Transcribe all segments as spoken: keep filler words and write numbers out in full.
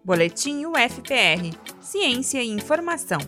Boletim U F P R – Ciência e Informação.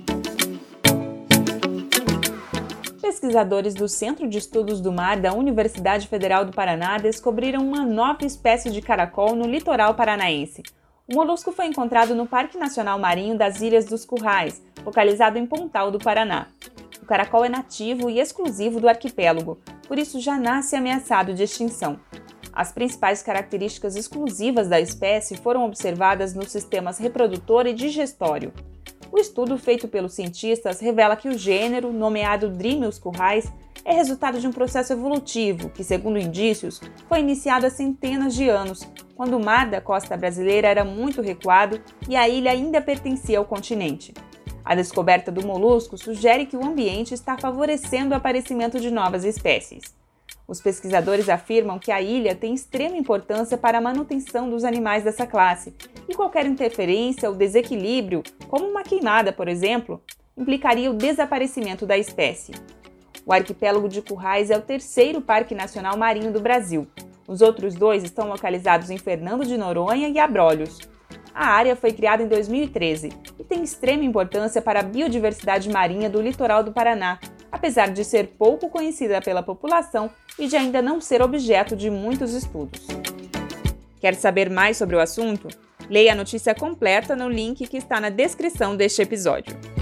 Pesquisadores do Centro de Estudos do Mar da Universidade Federal do Paraná descobriram uma nova espécie de caracol no litoral paranaense. O molusco foi encontrado no Parque Nacional Marinho das Ilhas dos Currais, localizado em Pontal do Paraná. O caracol é nativo e exclusivo do arquipélago, por isso já nasce ameaçado de extinção. As principais características exclusivas da espécie foram observadas nos sistemas reprodutor e digestório. O estudo feito pelos cientistas revela que o gênero, nomeado Drimius currais, é resultado de um processo evolutivo que, segundo indícios, foi iniciado há centenas de anos, quando o mar da costa brasileira era muito recuado e a ilha ainda pertencia ao continente. A descoberta do molusco sugere que o ambiente está favorecendo o aparecimento de novas espécies. Os pesquisadores afirmam que a ilha tem extrema importância para a manutenção dos animais dessa classe, e qualquer interferência ou desequilíbrio, como uma queimada, por exemplo, implicaria o desaparecimento da espécie. O arquipélago de Currais é o terceiro parque nacional marinho do Brasil. Os outros dois estão localizados em Fernando de Noronha e Abrolhos. A área foi criada em dois mil e treze e tem extrema importância para a biodiversidade marinha do litoral do Paraná, apesar de ser pouco conhecida pela população e de ainda não ser objeto de muitos estudos. Quer saber mais sobre o assunto? Leia a notícia completa no link que está na descrição deste episódio.